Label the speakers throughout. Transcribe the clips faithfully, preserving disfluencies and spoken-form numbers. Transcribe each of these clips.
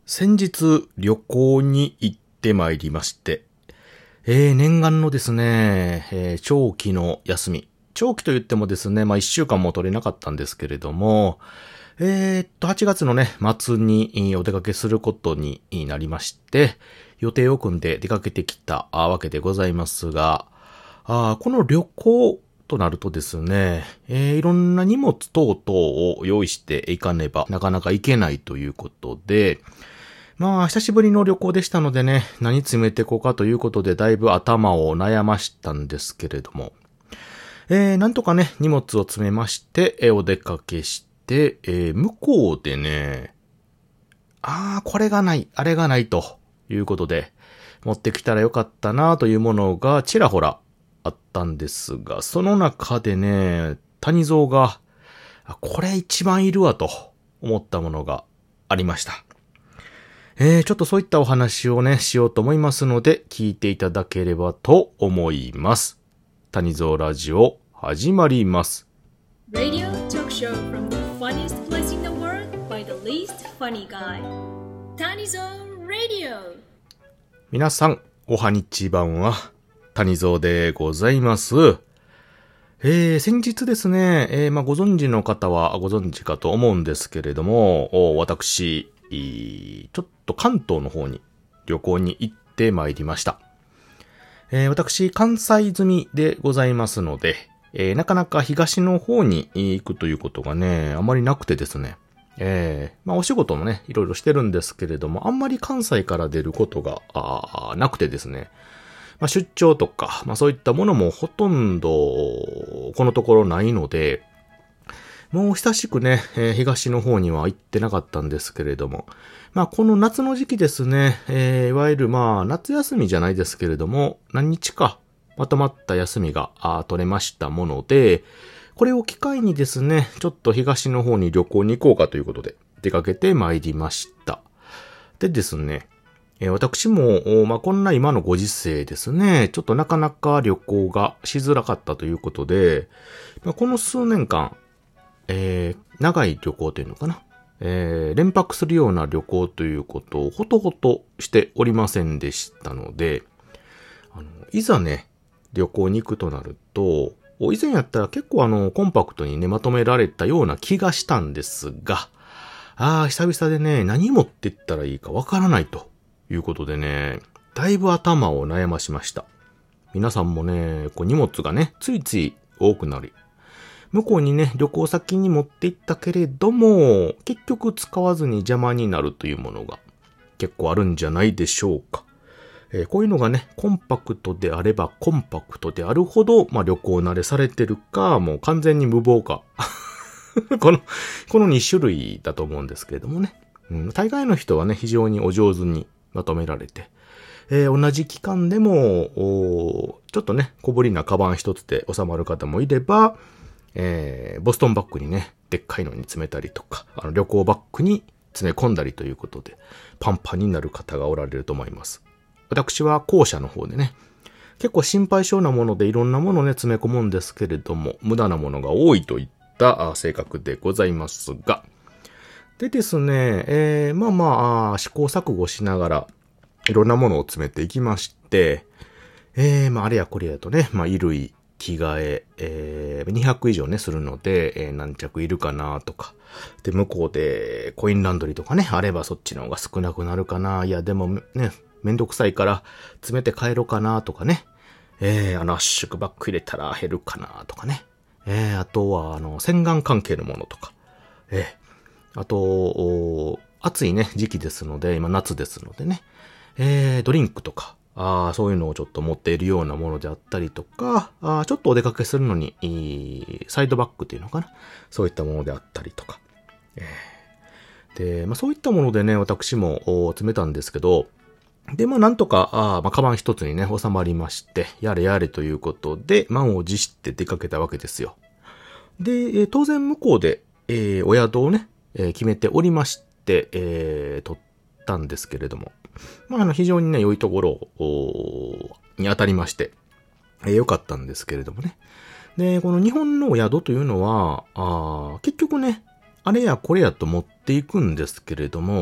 Speaker 1: 先日旅行に行ってまいりまして、えー、念願のですね、えー、長期の休み。長期と言ってもですね、まあ一週間も取れなかったんですけれども、えー、っと、はちがつのね、末にお出かけすることになりまして、予定を組んで出かけてきたわけでございますが、あこの旅行となるとですね、えー、いろんな荷物等々を用意していかねばなかなか行けないということで、まあ、久しぶりの旅行でしたのでね、何詰めていこうかということで、だいぶ頭を悩ましたんですけれども、えー、なんとかね、荷物を詰めまして、えー、お出かけして、えー、向こうでね、あー、これがない、あれがないということで、持ってきたらよかったなというものがちらほらあったんですが、その中でね、谷蔵が、これ一番いるわと思ったものがありました。えー、ちょっとそういったお話をね、しようと思いますので、聞いていただければと思います。谷蔵ラジオ、始まります。
Speaker 2: Radio talk show from the funniest place in the world by the least funny guy. Tanizo Radio.
Speaker 1: 皆さん、おはにちばんは、谷蔵でございます。えー、先日ですね、えー、まあ、ご存知の方はご存知かと思うんですけれども、私、ちょっと関東の方に旅行に行ってまいりました。えー、私、関西済みでございますので、えー、なかなか東の方に行くということがね、あまりなくてですね。えー、まあお仕事もね、いろいろしてるんですけれども、あんまり関西から出ることがあなくてですね。まあ出張とか、まあそういったものもほとんどこのところないので、もう久しくね、えー、東の方には行ってなかったんですけれども、まあこの夏の時期ですね、えー、いわゆるまあ夏休みじゃないですけれども、何日かまとまった休みが取れましたもので、これを機会にですね、ちょっと東の方に旅行に行こうかということで出かけてまいりました。でですね、えー、私も、まあこんな今のご時世ですね、ちょっとなかなか旅行がしづらかったということで、まあ、この数年間、えー、長い旅行というのかな、えー、連泊するような旅行ということをほとほとしておりませんでしたので、あの、いざね、旅行に行くとなると、以前やったら結構あの、コンパクトにね、まとめられたような気がしたんですが、ああ、久々でね、何持ってったらいいかわからないということでね、だいぶ頭を悩ましました。皆さんもね、こう荷物がね、ついつい多くなり、向こうにね、旅行先に持って行ったけれども、結局使わずに邪魔になるというものが結構あるんじゃないでしょうか。えー、こういうのがね、コンパクトであればコンパクトであるほど、まあ、旅行慣れされてるか、もう完全に無謀か。この、このに種類だと思うんですけれどもね。うん、大概の人はね、非常にお上手にまとめられて、えー、同じ期間でも、ちょっとね、小ぶりなカバン一つで収まる方もいれば、えー、ボストンバッグにね、でっかいのに詰めたりとか、あの旅行バッグに詰め込んだりということで、パンパンになる方がおられると思います。私は後者の方でね、結構心配性なものでいろんなものをね、詰め込むんですけれども、無駄なものが多いといった性格でございますが、でですね、えー、まあまあ、試行錯誤しながら、いろんなものを詰めていきまして、えー、まああれやこれやとね、まあ衣類、着替え、えー、にひゃく以上ね、するので、えー、何着いるかなとか。で、向こうでコインランドリーとかね、あればそっちの方が少なくなるかな。いや、でもね、めんどくさいから詰めて帰ろうかなとかね。えー、あの圧縮バッグ入れたら減るかなとかね。えー、あとは、あの、洗顔関係のものとか。えー、あと、暑いね、時期ですので、今夏ですのでね。えー、ドリンクとか。あそういうのをちょっと持っているようなものであったりとか、あちょっとお出かけするのに、サイドバッグっていうのかな。そういったものであったりとか。えー、で、まあそういったものでね、私も詰めたんですけど、で、まあなんとか、あまあカバン一つにね、収まりまして、やれやれということで、満を持して出かけたわけですよ。で、当然向こうで、えー、お宿をね、えー、決めておりまして、えー、取ったんですけれども、まあ、あの、非常にね、良いところに当たりまして、えー、良かったんですけれどもね。で、この日本のお宿というのは、あ結局ね、あれやこれやと持っていくんですけれども、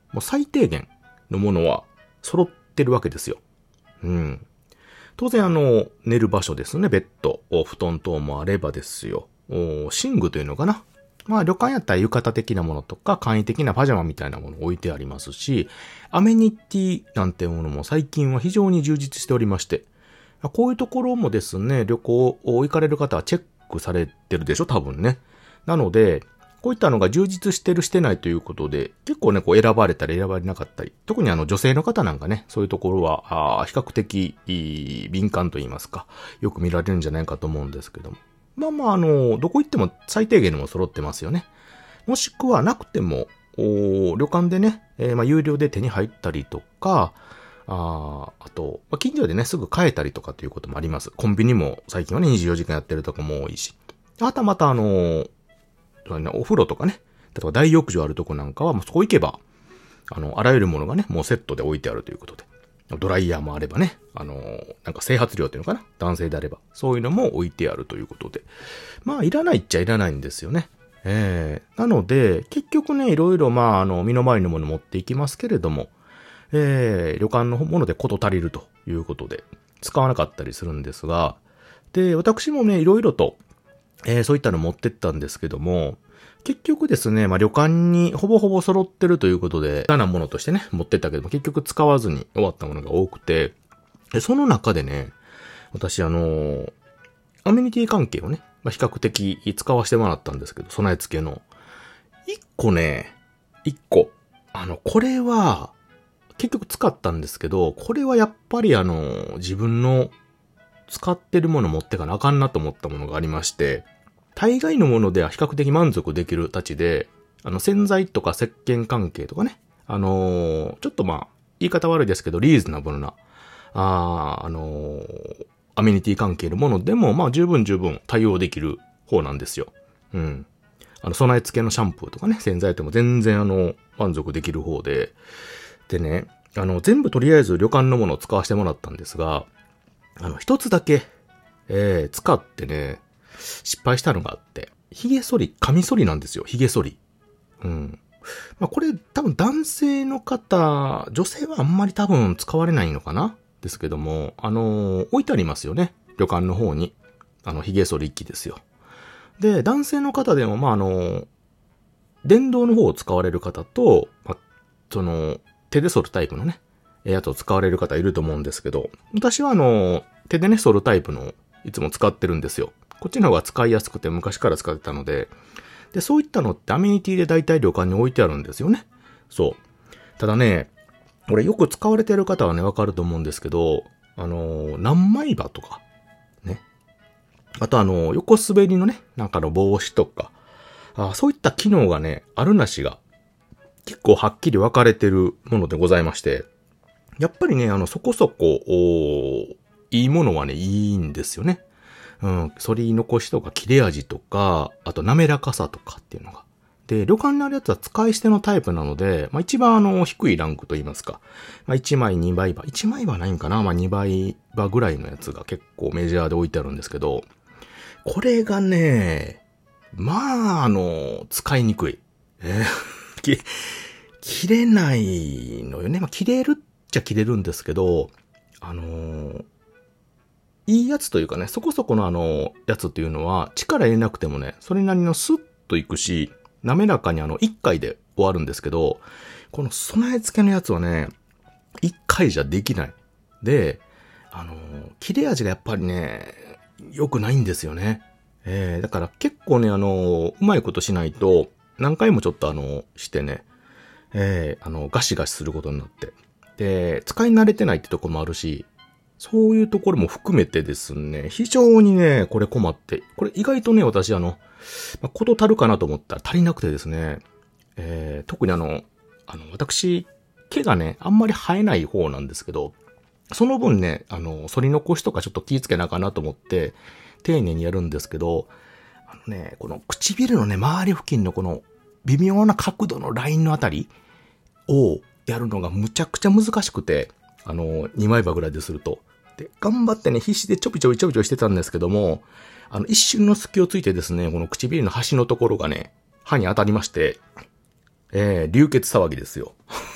Speaker 1: もう最低限のものは揃ってるわけですよ。うん。当然あの、寝る場所ですね。ベッド、布団等もあればですよ。寝具というのかな。まあ旅館やったら浴衣的なものとか簡易的なパジャマみたいなもの置いてありますし、アメニティなんてものも最近は非常に充実しておりまして、こういうところもですね、旅行行かれる方はチェックされてるでしょ、多分ね。なので、こういったのが充実してるしてないということで、結構ね、こう選ばれたり選ばれなかったり、特にあの女性の方なんかね、そういうところは、あ比較的敏感と言いますか、よく見られるんじゃないかと思うんですけども。まあまあ、あの、どこ行っても最低限のも揃ってますよね。もしくはなくても、旅館でね、えー、まあ有料で手に入ったりとか、ああと、まあ、近所でね、すぐ買えたりとかということもあります。コンビニも最近はね、にじゅうよじかんやってるとこも多いし。あとはまたあのー、お風呂とかね、例えば大浴場あるとこなんかは、もうそこ行けば、あの、あらゆるものがね、もうセットで置いてあるということで。ドライヤーもあればね、あのー、なんか整髪料っていうのかな、男性であれば。そういうのも置いてあるということで。まあ、いらないっちゃいらないんですよね。えー、なので、結局ね、いろいろまあ、あの、身の回りのもの持っていきますけれども、えー、旅館のものでこと足りるということで、使わなかったりするんですが、で、私もね、いろいろと、えー、そういったの持ってったんですけども、結局ですね、まあ旅館にほぼほぼ揃ってるということで、嫌なものとしてね、持ってったけども、結局使わずに終わったものが多くて、その中でね、私あのー、アメニティ関係をね、まあ、比較的使わせてもらったんですけど、備え付けの。一個ね、一個。あの、これは、結局使ったんですけど、これはやっぱりあの、自分の使ってるもの持ってかなあかんなと思ったものがありまして、大概のものでは比較的満足できるたちで、あの、洗剤とか石鹸関係とかね、あのー、ちょっとまあ、言い方悪いですけど、リーズナブルな、あー、あのー、アメニティ関係のものでも、まあ、十分十分対応できる方なんですよ。うん。あの、備え付けのシャンプーとかね、洗剤でも全然あの、満足できる方で、でね、あの、全部とりあえず旅館のものを使わせてもらったんですが、あの、一つだけ、えー、使ってね、失敗したのがあって、髭剃り、髪剃りなんですよ、髭剃り。うん。まあ、これ多分男性の方、女性はあんまり多分使われないのかなですけども、あのー、置いてありますよね。旅館の方に。あの、髭剃り機ですよ。で、男性の方でも、まあ、あのー、電動の方を使われる方と、まあ、その、手で剃るタイプのね、やつを使われる方いると思うんですけど、私はあの、手でね、剃るタイプの、いつも使ってるんですよ。こっちの方が使いやすくて昔から使ってたので、で、そういったのってアメニティで大体旅館に置いてあるんですよね。そう。ただね、これよく使われてる方はね、わかると思うんですけど、あの、何枚刃とか、ね。あとあの、横滑りのね、なんかの防止とか、あそういった機能がね、あるなしが、結構はっきり分かれてるものでございまして、やっぱりね、あの、そこそこ、いいものはね、いいんですよね。うん、反り残しとか切れ味とか、あと滑らかさとかっていうのが。で、旅館にあるやつは使い捨てのタイプなので、まあ一番あの、低いランクと言いますか。まあいちまい、にばい刃。いちまいはないんかなまあにばい刃ぐらいのやつが結構メジャーで置いてあるんですけど、これがね、まあ、あの、使いにくい。えー、き、切れないのよね。まあ切れるっちゃ切れるんですけど、あのー、いいやつというかね、そこそこのあの、やつっていうのは、力入れなくてもね、それなりのスッといくし、滑らかにあの、一回で終わるんですけど、この備え付けのやつはね、一回じゃできない。で、あの、切れ味がやっぱりね、良くないんですよね。えー、だから結構ね、あの、うまいことしないと、何回もちょっとあの、してね、えー、あの、ガシガシすることになって。で、使い慣れてないってとこもあるし、そういうところも含めてですね、非常にね、これ困って、これ意外とね、私あの、まあ、こと足るかなと思ったら足りなくてですね、えー、特にあの、あの、私、毛がね、あんまり生えない方なんですけど、その分ね、あの、反り残しとかちょっと気ぃつけなあかなと思って、丁寧にやるんですけど、あのね、この唇のね、周り付近のこの微妙な角度のラインのあたりをやるのがむちゃくちゃ難しくて、あの、にまい刃ぐらいですると。で、頑張ってね、必死でちょびちょびちょびちょびしてたんですけども、あの、一瞬の隙をついてですね、この唇の端のところがね、歯に当たりまして、えー、流血騒ぎですよ。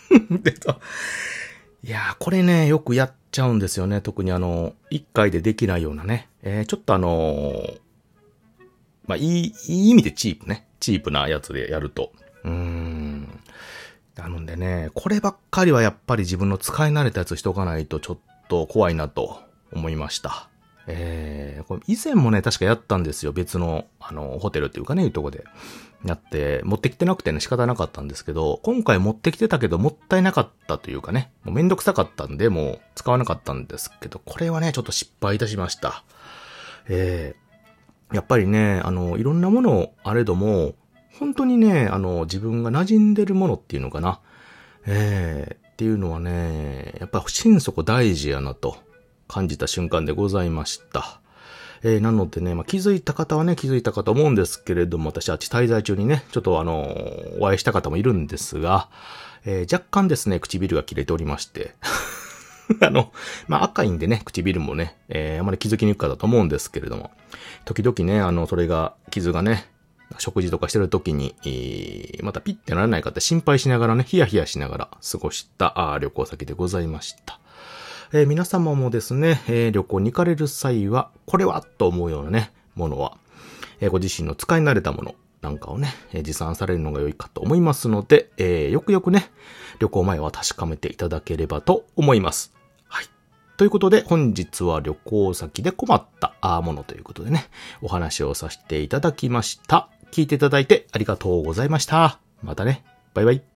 Speaker 1: でいやー、これね、よくやっちゃうんですよね。特にあの、一回でできないようなね。えー、ちょっとあのー、まあ、いい、いい意味でチープね。チープなやつでやると。うーん。なのでね、こればっかりはやっぱり自分の使い慣れたやつしとかないとちょっと怖いなと思いました。えー、これ以前もね、確かやったんですよ。別の、あの、ホテルっていうかね、いうとこで。やって、持ってきてなくてね、仕方なかったんですけど、今回持ってきてたけど、もったいなかったというかね、もうめんどくさかったんで、もう使わなかったんですけど、これはね、ちょっと失敗いたしました。えー、やっぱりね、あの、いろんなものあれども、本当にね、あの、自分が馴染んでるものっていうのかな。えー、っていうのはね、やっぱ心底大事やなと感じた瞬間でございました。えー、なのでね、まあ、気づいた方はね、気づいたかと思うんですけれども、私、あっち滞在中にね、ちょっとあのー、お会いした方もいるんですが、えー、若干ですね、唇が切れておりまして、あの、まあ、赤いんでね、唇もね、えー、あまり気づきにくかったと思うんですけれども、時々ね、あの、それが、傷がね、食事とかしてる時に、えー、またピッてならないかって心配しながらね、ヒヤヒヤしながら過ごしたあ旅行先でございました。えー、皆様もですね、えー、旅行に行かれる際は、これはと思うようなね、ものは、えー、ご自身の使い慣れたものなんかをね、えー、持参されるのが良いかと思いますので、えー、よくよくね、旅行前は確かめていただければと思います。はい。ということで、本日は旅行先で困ったものということでね、お話をさせていただきました。聞いていただいてありがとうございました。またね。バイバイ。